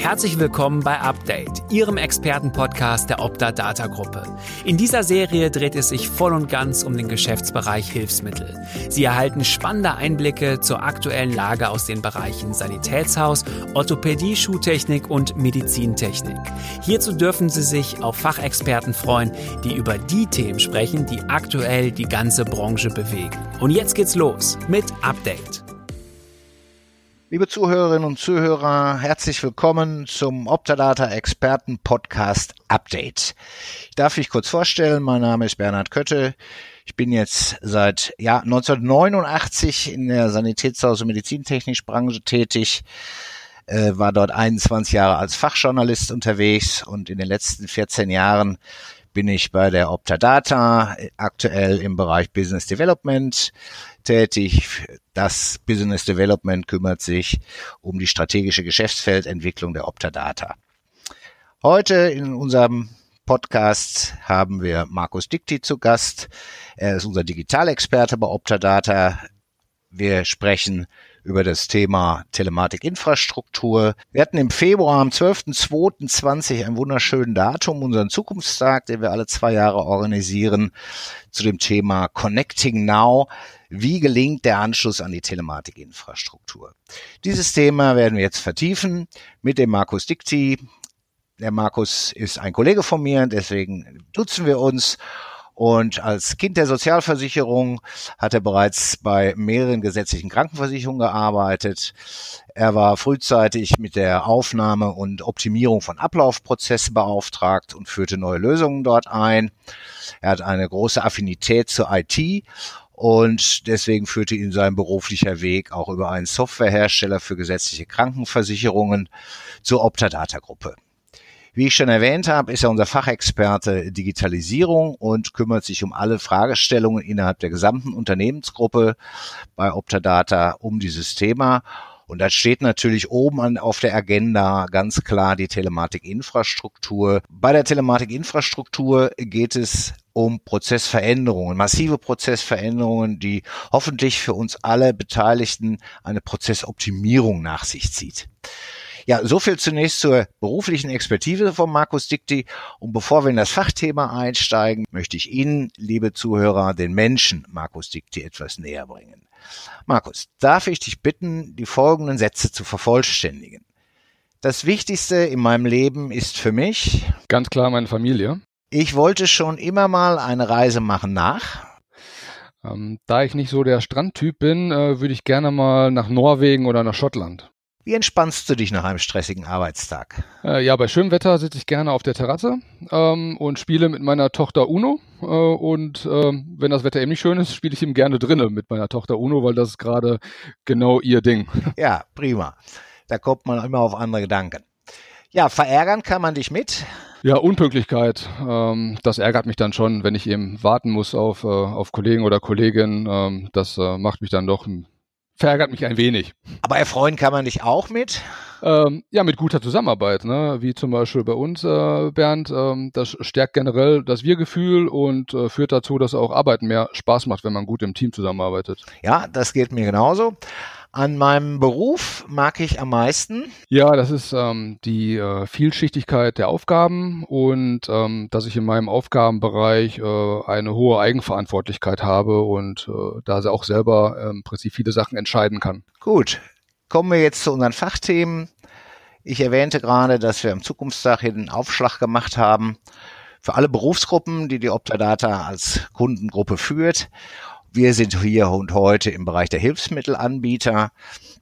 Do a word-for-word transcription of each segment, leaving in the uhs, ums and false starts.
Herzlich willkommen bei Update, Ihrem Expertenpodcast der Opta Data Gruppe. In dieser Serie dreht es sich voll und ganz um den Geschäftsbereich Hilfsmittel. Sie erhalten spannende Einblicke zur aktuellen Lage aus den Bereichen Sanitätshaus, Orthopädie, Schuhtechnik und Medizintechnik. Hierzu dürfen Sie sich auf Fachexperten freuen, die über die Themen sprechen, die aktuell die ganze Branche bewegen. Und jetzt geht's los mit Update. Liebe Zuhörerinnen und Zuhörer, herzlich willkommen zum Opta Data Experten Podcast Update. Ich darf mich kurz vorstellen, mein Name ist Bernhard Kötte. Ich bin jetzt seit ja, neunzehnhundertneunundachtzig in der Sanitätshaus- und Medizintechnikbranche tätig, äh, war dort einundzwanzig Jahre als Fachjournalist unterwegs und in den letzten vierzehn Jahren bin ich bei der Opta Data aktuell im Bereich Business Development tätig. Das Business Development kümmert sich um die strategische Geschäftsfeldentwicklung der Opta Data. Heute in unserem Podcast haben wir Markus Dicti zu Gast. Er ist unser Digitalexperte bei Opta Data. Wir sprechen über das Thema Telematikinfrastruktur. Wir hatten im Februar am zwölften zweiten zwanzig ein wunderschönes Datum, unseren Zukunftstag, den wir alle zwei Jahre organisieren, zu dem Thema Connecting Now. Wie gelingt der Anschluss an die Telematikinfrastruktur? Dieses Thema werden wir jetzt vertiefen mit dem Markus Dicti. Der Markus ist ein Kollege von mir, deswegen duzen wir uns. Und als Kind der Sozialversicherung hat er bereits bei mehreren gesetzlichen Krankenversicherungen gearbeitet. Er war frühzeitig mit der Aufnahme und Optimierung von Ablaufprozessen beauftragt und führte neue Lösungen dort ein. Er hat eine große Affinität zur I T und deswegen führte ihn sein beruflicher Weg auch über einen Softwarehersteller für gesetzliche Krankenversicherungen zur Opta Data Gruppe. Wie ich schon erwähnt habe, ist er unser Fachexperte Digitalisierung und kümmert sich um alle Fragestellungen innerhalb der gesamten Unternehmensgruppe bei Opta Data um dieses Thema. Und da steht natürlich oben an, auf der Agenda ganz klar die Telematikinfrastruktur. Bei der Telematikinfrastruktur geht es um Prozessveränderungen, massive Prozessveränderungen, die hoffentlich für uns alle Beteiligten eine Prozessoptimierung nach sich zieht. Ja, so viel zunächst zur beruflichen Expertise von Markus Dicti. Und bevor wir in das Fachthema einsteigen, möchte ich Ihnen, liebe Zuhörer, den Menschen Markus Dicti etwas näher bringen. Markus, darf ich dich bitten, die folgenden Sätze zu vervollständigen? Das Wichtigste in meinem Leben ist für mich... Ganz klar meine Familie. Ich wollte schon immer mal eine Reise machen nach... Ähm, da ich nicht so der Strandtyp bin, äh, würde ich gerne mal nach Norwegen oder nach Schottland. Wie entspannst du dich nach einem stressigen Arbeitstag? Äh, ja, bei schönem Wetter sitze ich gerne auf der Terrasse ähm, und spiele mit meiner Tochter Uno. Äh, und äh, wenn das Wetter eben nicht schön ist, spiele ich eben gerne drinnen mit meiner Tochter Uno, weil das ist gerade genau ihr Ding. Ja, prima. Da kommt man immer auf andere Gedanken. Ja, verärgern kann man dich mit? Ja, Unpünktlichkeit, ähm, das ärgert mich dann schon, wenn ich eben warten muss auf, äh, auf Kollegen oder Kolleginnen. Ähm, das äh, macht mich dann doch... verärgert mich ein wenig. Aber erfreuen kann man dich auch mit? Ähm, ja, mit guter Zusammenarbeit, ne? Wie zum Beispiel bei uns, äh, Bernd. Ähm, das stärkt generell das Wir-Gefühl und äh, führt dazu, dass auch Arbeiten mehr Spaß macht, wenn man gut im Team zusammenarbeitet. Ja, das geht mir genauso. An meinem Beruf mag ich am meisten? Ja, das ist ähm, die äh, Vielschichtigkeit der Aufgaben und ähm, dass ich in meinem Aufgabenbereich äh, eine hohe Eigenverantwortlichkeit habe und äh, da auch selber äh, im Prinzip viele Sachen entscheiden kann. Gut, kommen wir jetzt zu unseren Fachthemen. Ich erwähnte gerade, dass wir am Zukunftstag hier den Aufschlag gemacht haben für alle Berufsgruppen, die die Opta Data als Kundengruppe führt. Wir sind hier und heute im Bereich der Hilfsmittelanbieter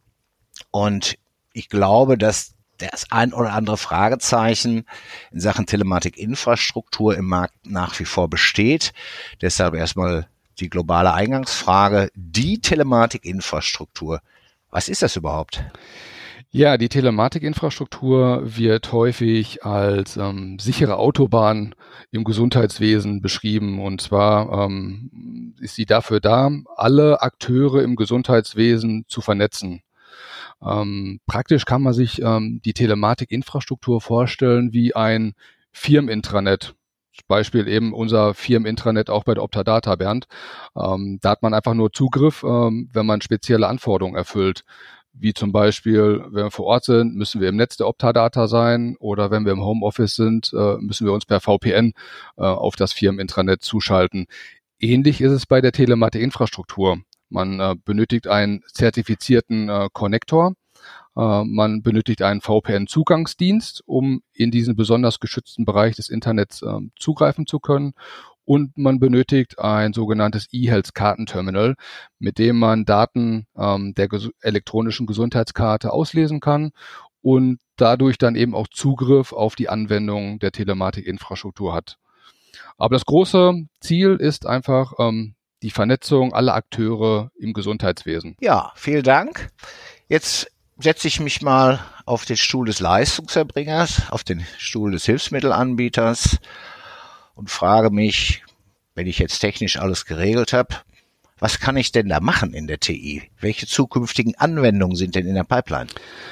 und ich glaube, dass das ein oder andere Fragezeichen in Sachen Telematikinfrastruktur im Markt nach wie vor besteht. Deshalb erstmal die globale Eingangsfrage, die Telematikinfrastruktur. Was ist das überhaupt? Ja, die Telematikinfrastruktur wird häufig als ähm, sichere Autobahn im Gesundheitswesen beschrieben. Und zwar ähm, ist sie dafür da, alle Akteure im Gesundheitswesen zu vernetzen. Ähm, praktisch kann man sich ähm, die Telematikinfrastruktur vorstellen wie ein Firmenintranet. Beispiel eben unser Firmenintranet auch bei der Opta Data, Bernd. Ähm, da hat man einfach nur Zugriff, ähm, wenn man spezielle Anforderungen erfüllt. wie zum Beispiel, wenn wir vor Ort sind, müssen wir im Netz der Optadata sein oder wenn wir im Homeoffice sind, äh, müssen wir uns per V P N äh, auf das Firmenintranet zuschalten. Ähnlich ist es bei der Telematikinfrastruktur. Man äh, benötigt einen zertifizierten äh, Konnektor. Äh, man benötigt einen V P N-Zugangsdienst, um in diesen besonders geschützten Bereich des Internets äh, zugreifen zu können. Und man benötigt ein sogenanntes eHealth-Kartenterminal, mit dem man Daten ähm, der ges- elektronischen Gesundheitskarte auslesen kann und dadurch dann eben auch Zugriff auf die Anwendung der Telematikinfrastruktur hat. Aber das große Ziel ist einfach ähm, die Vernetzung aller Akteure im Gesundheitswesen. Ja, vielen Dank. Jetzt setze ich mich mal auf den Stuhl des Leistungserbringers, auf den Stuhl des Hilfsmittelanbieters und frage mich, wenn ich jetzt technisch alles geregelt habe, was kann ich denn da machen in der T I? Welche zukünftigen Anwendungen sind denn in der Pipeline?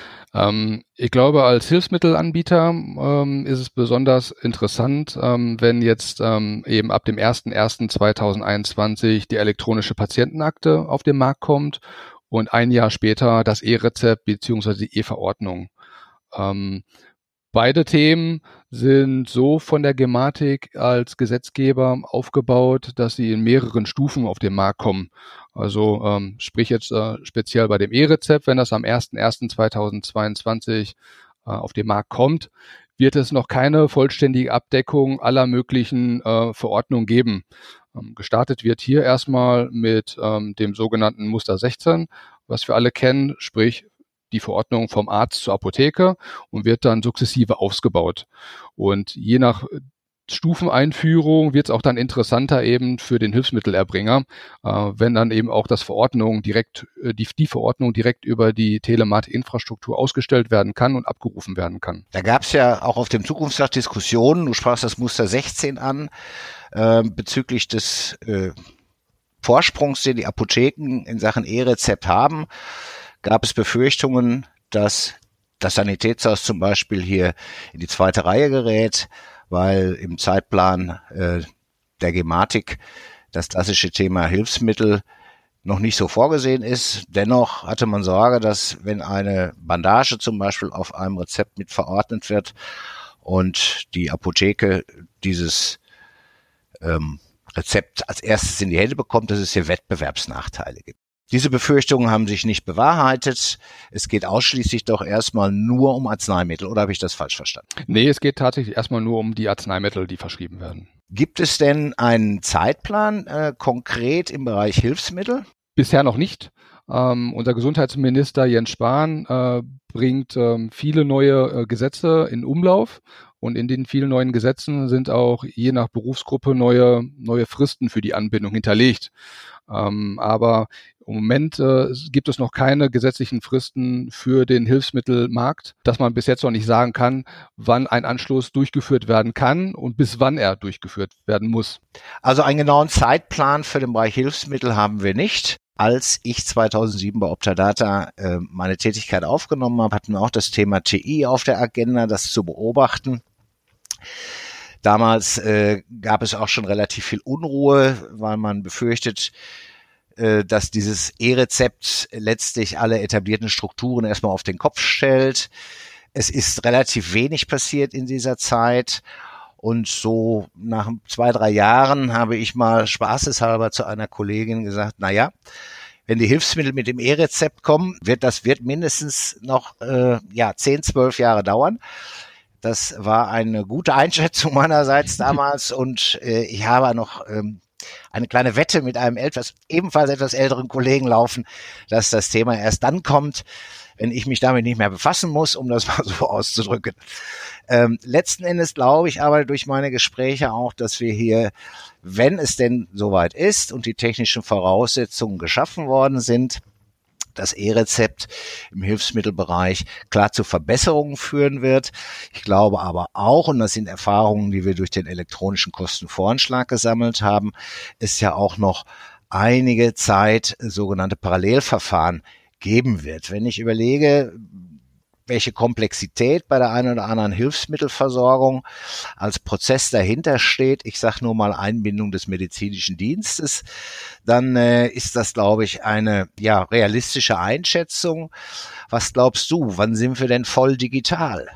Ähm, ich glaube, als Hilfsmittelanbieter ähm, ist es besonders interessant, ähm, wenn jetzt ähm, eben ab dem ersten ersten zweitausendeinundzwanzig die elektronische Patientenakte auf den Markt kommt und ein Jahr später das E-Rezept bzw. die E-Verordnung. Ähm, Beide Themen sind so von der Gematik als Gesetzgeber aufgebaut, dass sie in mehreren Stufen auf den Markt kommen. Also ähm, sprich jetzt äh, speziell bei dem E-Rezept, wenn das am ersten ersten zweitausendzweiundzwanzig äh, auf den Markt kommt, wird es noch keine vollständige Abdeckung aller möglichen äh, Verordnungen geben. Ähm, gestartet wird hier erstmal mit ähm, dem sogenannten Muster sechzehn, was wir alle kennen, sprich die Verordnung vom Arzt zur Apotheke und wird dann sukzessive ausgebaut. Und je nach Stufeneinführung wird es auch dann interessanter eben für den Hilfsmittelerbringer, äh, wenn dann eben auch das Verordnung direkt, äh, die, die Verordnung direkt über die Telematikinfrastruktur ausgestellt werden kann und abgerufen werden kann. Da gab es ja auch auf dem Zukunftstag Diskussionen, du sprachst das Muster sechzehn an, äh, bezüglich des äh, Vorsprungs, den die Apotheken in Sachen E-Rezept haben. Gab es Befürchtungen, dass das Sanitätshaus zum Beispiel hier in die zweite Reihe gerät, weil im Zeitplan äh, der Gematik das klassische Thema Hilfsmittel noch nicht so vorgesehen ist. Dennoch hatte man Sorge, dass wenn eine Bandage zum Beispiel auf einem Rezept mit verordnet wird und die Apotheke dieses ähm, Rezept als erstes in die Hände bekommt, dass es hier Wettbewerbsnachteile gibt. Diese Befürchtungen haben sich nicht bewahrheitet. Es geht ausschließlich doch erstmal nur um Arzneimittel, oder habe ich das falsch verstanden? Nee, es geht tatsächlich erstmal nur um die Arzneimittel, die verschrieben werden. Gibt es denn einen Zeitplan äh, konkret im Bereich Hilfsmittel? Bisher noch nicht. Ähm, unser Gesundheitsminister Jens Spahn äh, bringt ähm, viele neue äh, Gesetze in Umlauf. Und in den vielen neuen Gesetzen sind auch je nach Berufsgruppe neue, neue Fristen für die Anbindung hinterlegt. Ähm, aber im Moment äh, gibt es noch keine gesetzlichen Fristen für den Hilfsmittelmarkt, dass man bis jetzt noch nicht sagen kann, wann ein Anschluss durchgeführt werden kann und bis wann er durchgeführt werden muss. Also einen genauen Zeitplan für den Bereich Hilfsmittel haben wir nicht. Als ich zweitausendsieben bei Optadata äh, meine Tätigkeit aufgenommen habe, hatten wir auch das Thema T I auf der Agenda, das zu beobachten. Damals äh, gab es auch schon relativ viel Unruhe, weil man befürchtet, äh, dass dieses E-Rezept letztlich alle etablierten Strukturen erstmal auf den Kopf stellt. Es ist relativ wenig passiert in dieser Zeit. Und so nach zwei, drei Jahren habe ich mal spaßeshalber zu einer Kollegin gesagt, na ja, wenn die Hilfsmittel mit dem E-Rezept kommen, wird das wird mindestens noch äh, ja zehn, zwölf Jahre dauern. Das war eine gute Einschätzung meinerseits damals und äh, ich habe noch ähm, eine kleine Wette mit einem etwas, ebenfalls etwas älteren Kollegen laufen, dass das Thema erst dann kommt, wenn ich mich damit nicht mehr befassen muss, um das mal so auszudrücken. Ähm, letzten Endes glaube ich aber durch meine Gespräche auch, dass wir hier, wenn es denn soweit ist und die technischen Voraussetzungen geschaffen worden sind, das E-Rezept im Hilfsmittelbereich klar zu Verbesserungen führen wird. Ich glaube aber auch, und das sind Erfahrungen, die wir durch den elektronischen Kostenvoranschlag gesammelt haben, es ja auch noch einige Zeit sogenannte Parallelverfahren geben wird. Wenn ich überlege, welche Komplexität bei der einen oder anderen Hilfsmittelversorgung als Prozess dahinter steht, ich sage nur mal Einbindung des medizinischen Dienstes, dann äh, ist das, glaube ich, eine ja realistische Einschätzung. Was glaubst du, wann sind wir denn voll digital?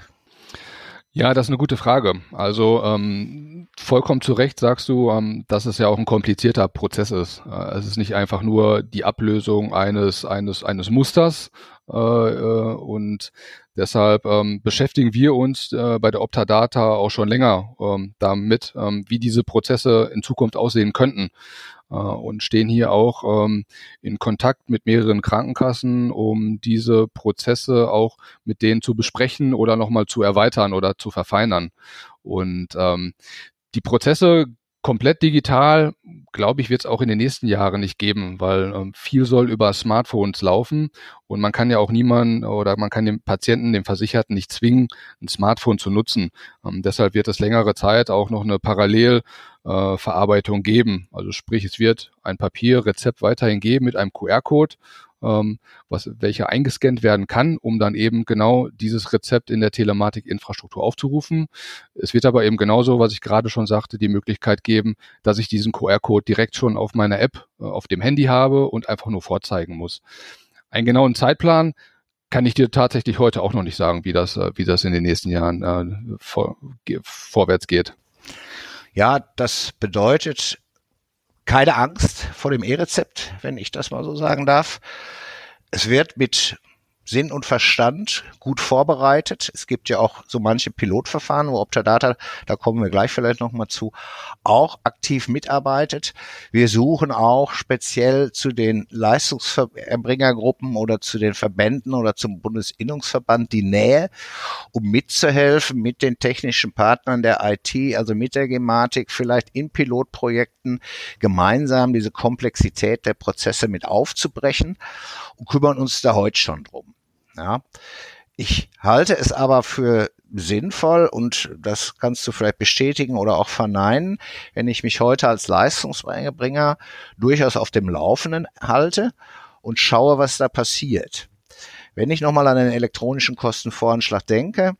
Ja, das ist eine gute Frage. Also ähm, vollkommen zu Recht sagst du, ähm, dass es ja auch ein komplizierter Prozess ist. Äh, es ist nicht einfach nur die Ablösung eines eines eines Musters äh, äh, und deshalb ähm, beschäftigen wir uns äh, bei der Optadata auch schon länger ähm, damit, ähm, wie diese Prozesse in Zukunft aussehen könnten. Und stehen hier auch ähm, in Kontakt mit mehreren Krankenkassen, um diese Prozesse auch mit denen zu besprechen oder nochmal zu erweitern oder zu verfeinern. Und ähm, die Prozesse komplett digital, glaube ich, wird es auch in den nächsten Jahren nicht geben, weil ähm, viel soll über Smartphones laufen und man kann ja auch niemanden oder man kann dem Patienten, dem Versicherten nicht zwingen, ein Smartphone zu nutzen. Ähm, deshalb wird es längere Zeit auch noch eine Parallelverarbeitung äh, geben. Also sprich, es wird ein Papierrezept weiterhin geben mit einem Q R-Code, ähm, was, welcher eingescannt werden kann, um dann eben genau dieses Rezept in der Telematikinfrastruktur aufzurufen. Es wird aber eben genauso, was ich gerade schon sagte, die Möglichkeit geben, dass ich diesen Q R-Code direkt schon auf meiner App äh, auf dem Handy habe und einfach nur vorzeigen muss. Einen genauen Zeitplan kann ich dir tatsächlich heute auch noch nicht sagen, wie das, äh, wie das in den nächsten Jahren äh, vor, ge- vorwärts geht. Ja, das bedeutet keine Angst vor dem E-Rezept, wenn ich das mal so sagen darf. Es wird mit Sinn und Verstand gut vorbereitet. Es gibt ja auch so manche Pilotverfahren, wo Optadata, da kommen wir gleich vielleicht nochmal zu, auch aktiv mitarbeitet. Wir suchen auch speziell zu den Leistungserbringergruppen oder zu den Verbänden oder zum Bundesinnungsverband die Nähe, um mitzuhelfen mit den technischen Partnern der I T, also mit der Gematik, vielleicht in Pilotprojekten gemeinsam diese Komplexität der Prozesse mit aufzubrechen und kümmern uns da heute schon drum. Ja, ich halte es aber für sinnvoll, und das kannst du vielleicht bestätigen oder auch verneinen, wenn ich mich heute als Leistungserbringer durchaus auf dem Laufenden halte und schaue, was da passiert. Wenn ich nochmal an den elektronischen Kostenvoranschlag denke,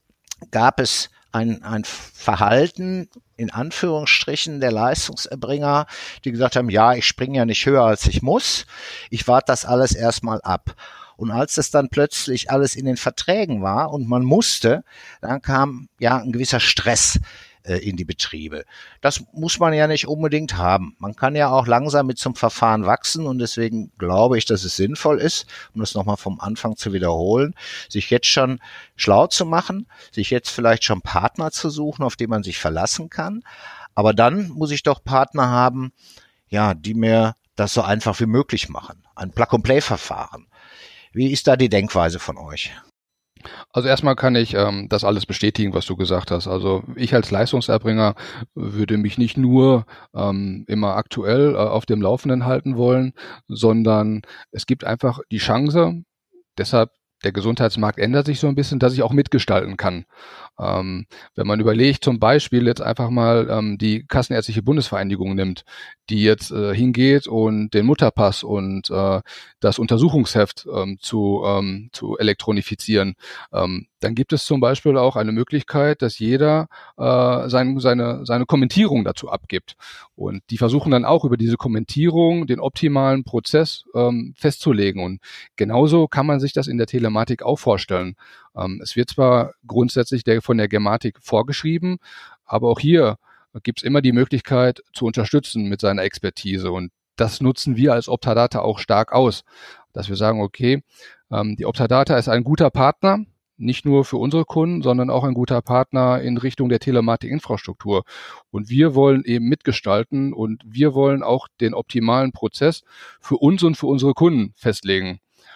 gab es ein, ein Verhalten in Anführungsstrichen der Leistungserbringer, die gesagt haben, ja, ich springe ja nicht höher, als ich muss, ich warte das alles erstmal ab. Und als das dann plötzlich alles in den Verträgen war und man musste, dann kam ja ein gewisser Stress äh, in die Betriebe. Das muss man ja nicht unbedingt haben. Man kann ja auch langsam mit zum Verfahren wachsen, und deswegen glaube ich, dass es sinnvoll ist, um das nochmal vom Anfang zu wiederholen, sich jetzt schon schlau zu machen, sich jetzt vielleicht schon Partner zu suchen, auf die man sich verlassen kann. Aber dann muss ich doch Partner haben, ja, die mir das so einfach wie möglich machen. Ein Plug-and-Play-Verfahren. Wie ist da die Denkweise von euch? Also erstmal kann ich ähm, das alles bestätigen, was du gesagt hast. Also ich als Leistungserbringer würde mich nicht nur ähm, immer aktuell äh, auf dem Laufenden halten wollen, sondern es gibt einfach die Chance, deshalb der Gesundheitsmarkt ändert sich so ein bisschen, dass ich auch mitgestalten kann. Ähm, wenn man überlegt, zum Beispiel jetzt einfach mal ähm, die Kassenärztliche Bundesvereinigung nimmt, die jetzt äh, hingeht und den Mutterpass und äh, das Untersuchungsheft ähm, zu, ähm, zu elektronifizieren, ähm, dann gibt es zum Beispiel auch eine Möglichkeit, dass jeder äh, sein, seine, seine Kommentierung dazu abgibt. Und die versuchen dann auch über diese Kommentierung den optimalen Prozess ähm, festzulegen. Und genauso kann man sich das in der Telematik auch vorstellen. Ähm, es wird zwar grundsätzlich der, von der Gematik vorgeschrieben, aber auch hier gibt es immer die Möglichkeit zu unterstützen mit seiner Expertise. Und das nutzen wir als Optadata auch stark aus, dass wir sagen, okay, ähm, die Optadata ist ein guter Partner, nicht nur für unsere Kunden, sondern auch ein guter Partner in Richtung der Telematikinfrastruktur. Und wir wollen eben mitgestalten und wir wollen auch den optimalen Prozess für uns und für unsere Kunden festlegen.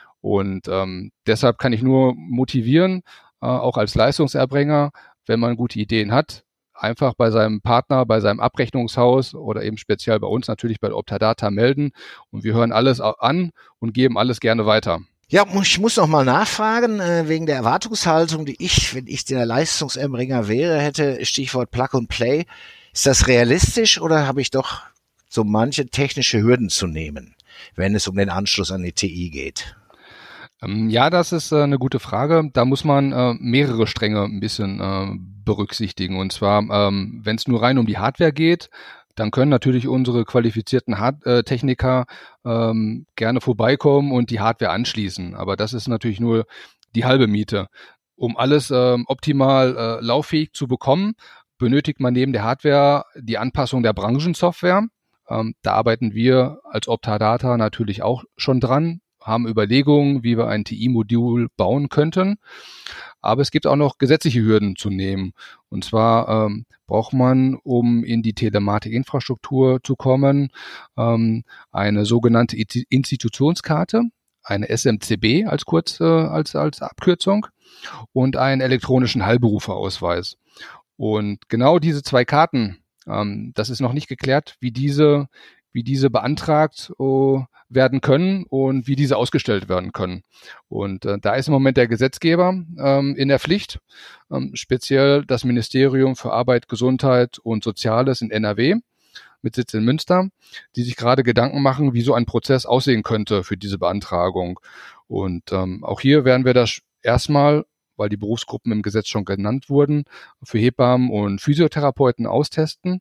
Und ähm, deshalb kann ich nur motivieren, äh, auch als Leistungserbringer, wenn man gute Ideen hat, einfach bei seinem Partner, bei seinem Abrechnungshaus oder eben speziell bei uns natürlich bei der Optadata melden. Und wir hören alles an und geben alles gerne weiter. Ja, ich muss noch mal nachfragen, äh, wegen der Erwartungshaltung, die ich, wenn ich der Leistungserbringer wäre, hätte, Stichwort Plug and Play. Ist das realistisch oder habe ich doch so manche technische Hürden zu nehmen, wenn es um den Anschluss an die T I geht? Ähm, ja, das ist äh, eine gute Frage. Da muss man äh, mehrere Stränge ein bisschen äh, berücksichtigen. Und zwar, ähm, wenn es nur rein um die Hardware geht, dann können natürlich unsere qualifizierten Hard- äh, Techniker ähm, gerne vorbeikommen und die Hardware anschließen. Aber das ist natürlich nur die halbe Miete. Um alles ähm, optimal äh, lauffähig zu bekommen, benötigt man neben der Hardware die Anpassung der Branchensoftware. Ähm, da arbeiten wir als Optadata natürlich auch schon dran, haben Überlegungen, wie wir ein T I-Modul bauen könnten. Aber es gibt auch noch gesetzliche Hürden zu nehmen. Und zwar ähm, braucht man, um in die Telematik-Infrastruktur zu kommen, ähm, eine sogenannte Institutionskarte, eine S M C B als kurz, äh, als, als Abkürzung und einen elektronischen Heilberuferausweis. Und genau diese zwei Karten, ähm, das ist noch nicht geklärt, wie diese, wie diese beantragt uh, werden können und wie diese ausgestellt werden können. Und äh, da ist im Moment der Gesetzgeber ähm, in der Pflicht, ähm, speziell das Ministerium für Arbeit, Gesundheit und Soziales in N R W mit Sitz in Münster, die sich gerade Gedanken machen, wie so ein Prozess aussehen könnte für diese Beantragung. Und ähm, auch hier werden wir das erstmal, weil die Berufsgruppen im Gesetz schon genannt wurden, für Hebammen und Physiotherapeuten austesten.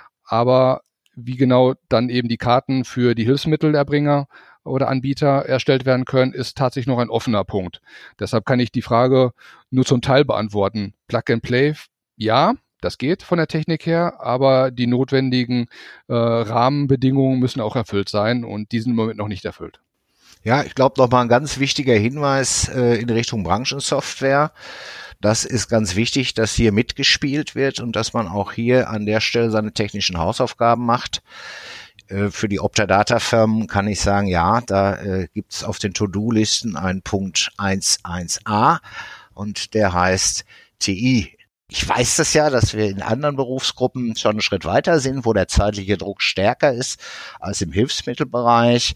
Aber wie genau dann eben die Karten für die Hilfsmittelerbringer oder Anbieter erstellt werden können, ist tatsächlich noch ein offener Punkt. Deshalb kann ich die Frage nur zum Teil beantworten. Plug and Play, ja, das geht von der Technik her, aber die notwendigen äh, Rahmenbedingungen müssen auch erfüllt sein und die sind im Moment noch nicht erfüllt. Ja, ich glaube, noch mal ein ganz wichtiger Hinweis äh, in Richtung Branchensoftware. Das ist ganz wichtig, dass hier mitgespielt wird und dass man auch hier an der Stelle seine technischen Hausaufgaben macht. Äh, für die Optadata-Firmen kann ich sagen, ja, da äh, gibt es auf den To-Do-Listen einen Punkt eins eins a und der heißt T I. Ich weiß das ja, dass wir in anderen Berufsgruppen schon einen Schritt weiter sind, wo der zeitliche Druck stärker ist als im Hilfsmittelbereich.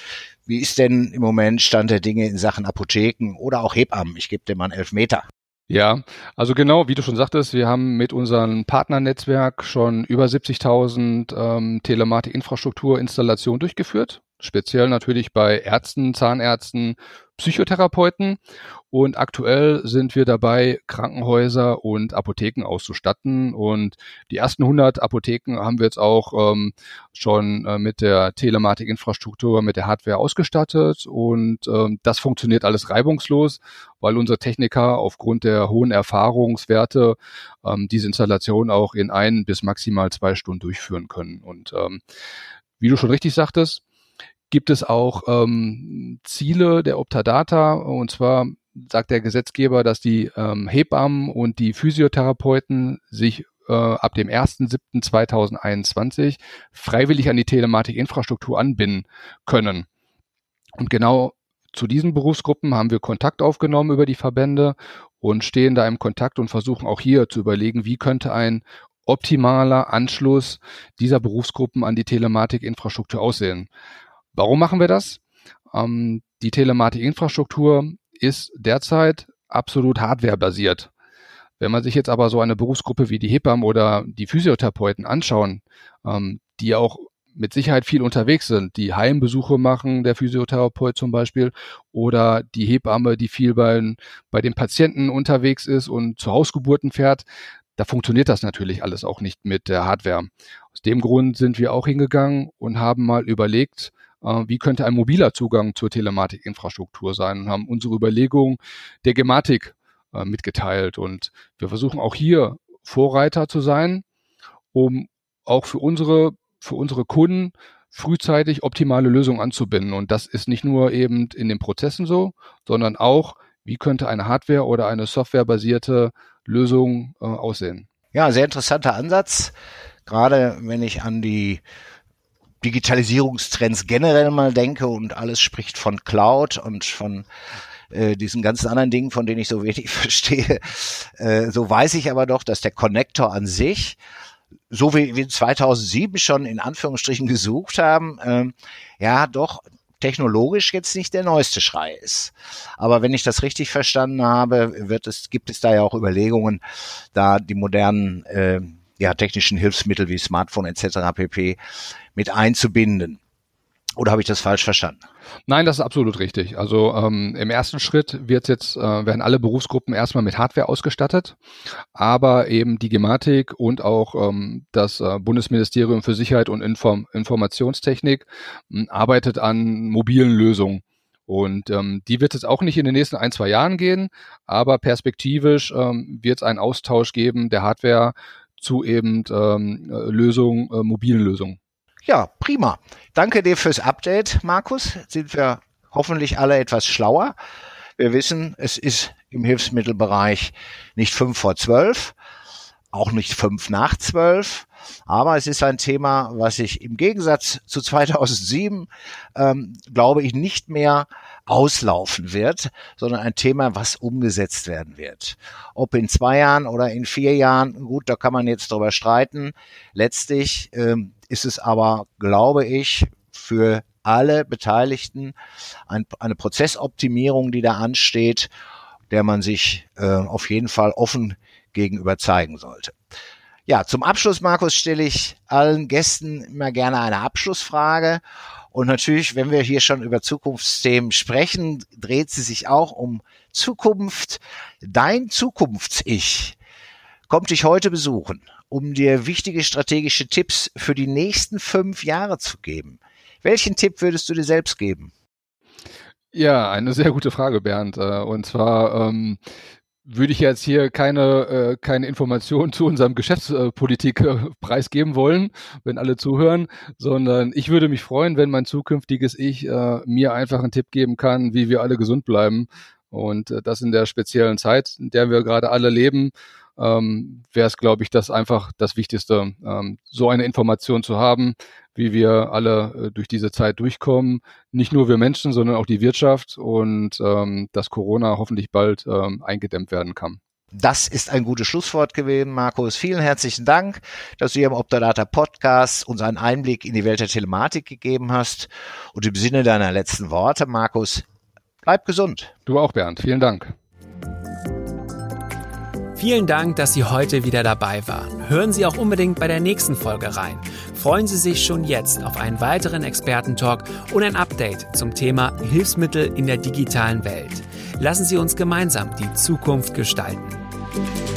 Wie ist denn im Moment Stand der Dinge in Sachen Apotheken oder auch Hebammen? Ich gebe dir mal einen Elfmeter. Ja, also genau, wie du schon sagtest, wir haben mit unserem Partnernetzwerk schon über siebzigtausend ähm, Telematik-Infrastrukturinstallationen durchgeführt. Speziell natürlich bei Ärzten, Zahnärzten, Psychotherapeuten. Und aktuell sind wir dabei, Krankenhäuser und Apotheken auszustatten. Und die ersten hundert Apotheken haben wir jetzt auch ähm, schon äh, mit der Telematik-Infrastruktur, mit der Hardware ausgestattet. Und ähm, das funktioniert alles reibungslos, weil unsere Techniker aufgrund der hohen Erfahrungswerte ähm, diese Installation auch in ein bis maximal zwei Stunden durchführen können. Und ähm, wie du schon richtig sagtest, gibt es auch ähm, Ziele der Optadata, und zwar sagt der Gesetzgeber, dass die ähm, Hebammen und die Physiotherapeuten sich äh, ab dem ersten siebten zweitausendeinundzwanzig freiwillig an die Telematik-Infrastruktur anbinden können. Und genau zu diesen Berufsgruppen haben wir Kontakt aufgenommen über die Verbände und stehen da im Kontakt und versuchen auch hier zu überlegen, wie könnte ein optimaler Anschluss dieser Berufsgruppen an die Telematik-Infrastruktur aussehen. Warum machen wir das? Ähm, die Telematik-Infrastruktur ist derzeit absolut hardwarebasiert. Wenn man sich jetzt aber so eine Berufsgruppe wie die Hebammen oder die Physiotherapeuten anschauen, ähm, die ja auch mit Sicherheit viel unterwegs sind, die Heimbesuche machen, der Physiotherapeut zum Beispiel, oder die Hebamme, die viel bei, bei den Patienten unterwegs ist und zu Hausgeburten fährt, da funktioniert das natürlich alles auch nicht mit der Hardware. Aus dem Grund sind wir auch hingegangen und haben mal überlegt, wie könnte ein mobiler Zugang zur Telematik-Infrastruktur sein, und haben unsere Überlegungen der Gematik äh, mitgeteilt. Und wir versuchen auch hier Vorreiter zu sein, um auch für unsere, für unsere Kunden frühzeitig optimale Lösungen anzubinden. Und das ist nicht nur eben in den Prozessen so, sondern auch, wie könnte eine Hardware- oder eine softwarebasierte Lösung äh, aussehen. Ja, sehr interessanter Ansatz. Gerade wenn ich an die Digitalisierungstrends generell mal denke und alles spricht von Cloud und von äh, diesen ganzen anderen Dingen, von denen ich so wenig verstehe. Äh, so weiß ich aber doch, dass der Connector an sich, so wie wir zweitausendsieben schon in Anführungsstrichen gesucht haben, ähm, ja doch technologisch jetzt nicht der neueste Schrei ist. Aber wenn ich das richtig verstanden habe, wird es, gibt es da ja auch Überlegungen, da die modernen äh, ja, technischen Hilfsmittel wie Smartphone et cetera pp. Mit einzubinden. Oder habe ich das falsch verstanden? Nein, das ist absolut richtig. Also ähm, im ersten Schritt wird jetzt äh, werden alle Berufsgruppen erstmal mit Hardware ausgestattet, aber eben die Gematik und auch ähm, das äh, Bundesministerium für Sicherheit und Inform- Informationstechnik m, arbeitet an mobilen Lösungen. Und ähm, die wird es auch nicht in den nächsten ein, zwei Jahren gehen, aber perspektivisch ähm, wird es einen Austausch geben der Hardware zu eben ähm, Lösungen, äh, mobilen Lösungen. Ja, prima. Danke dir fürs Update, Markus. Sind wir hoffentlich alle etwas schlauer. Wir wissen, es ist im Hilfsmittelbereich nicht fünf vor zwölf, auch nicht fünf nach zwölf, aber es ist ein Thema, was sich im Gegensatz zu zweitausendsieben, ähm, glaube ich, nicht mehr auslaufen wird, sondern ein Thema, was umgesetzt werden wird. Ob in zwei Jahren oder in vier Jahren, gut, da kann man jetzt drüber streiten. Letztlich ähm, ist es aber, glaube ich, für alle Beteiligten ein, eine Prozessoptimierung, die da ansteht, der man sich äh, auf jeden Fall offen gegenüber zeigen sollte. Ja, zum Abschluss, Markus, stelle ich allen Gästen immer gerne eine Abschlussfrage. Und natürlich, wenn wir hier schon über Zukunftsthemen sprechen, dreht sie sich auch um Zukunft. Dein Zukunfts-Ich kommt dich heute besuchen, um dir wichtige strategische Tipps für die nächsten fünf Jahre zu geben. Welchen Tipp würdest du dir selbst geben? Ja, eine sehr gute Frage, Bernd. Und zwar ähm, würde ich jetzt hier keine, äh, keine Informationen zu unserem Geschäftspolitik äh, preisgeben wollen, wenn alle zuhören, sondern ich würde mich freuen, wenn mein zukünftiges Ich äh, mir einfach einen Tipp geben kann, wie wir alle gesund bleiben. Und äh, das in der speziellen Zeit, in der wir gerade alle leben, ähm, wäre es, glaube ich, das einfach das Wichtigste, ähm, so eine Information zu haben, wie wir alle äh, durch diese Zeit durchkommen. Nicht nur wir Menschen, sondern auch die Wirtschaft und ähm, dass Corona hoffentlich bald ähm, eingedämmt werden kann. Das ist ein gutes Schlusswort gewesen, Markus. Vielen herzlichen Dank, dass du hier im Optadata Podcast uns einen Einblick in die Welt der Telematik gegeben hast. Und im Sinne deiner letzten Worte, Markus, bleib gesund. Du auch, Bernd. Vielen Dank. Vielen Dank, dass Sie heute wieder dabei waren. Hören Sie auch unbedingt bei der nächsten Folge rein. Freuen Sie sich schon jetzt auf einen weiteren Expertentalk und ein Update zum Thema Hilfsmittel in der digitalen Welt. Lassen Sie uns gemeinsam die Zukunft gestalten.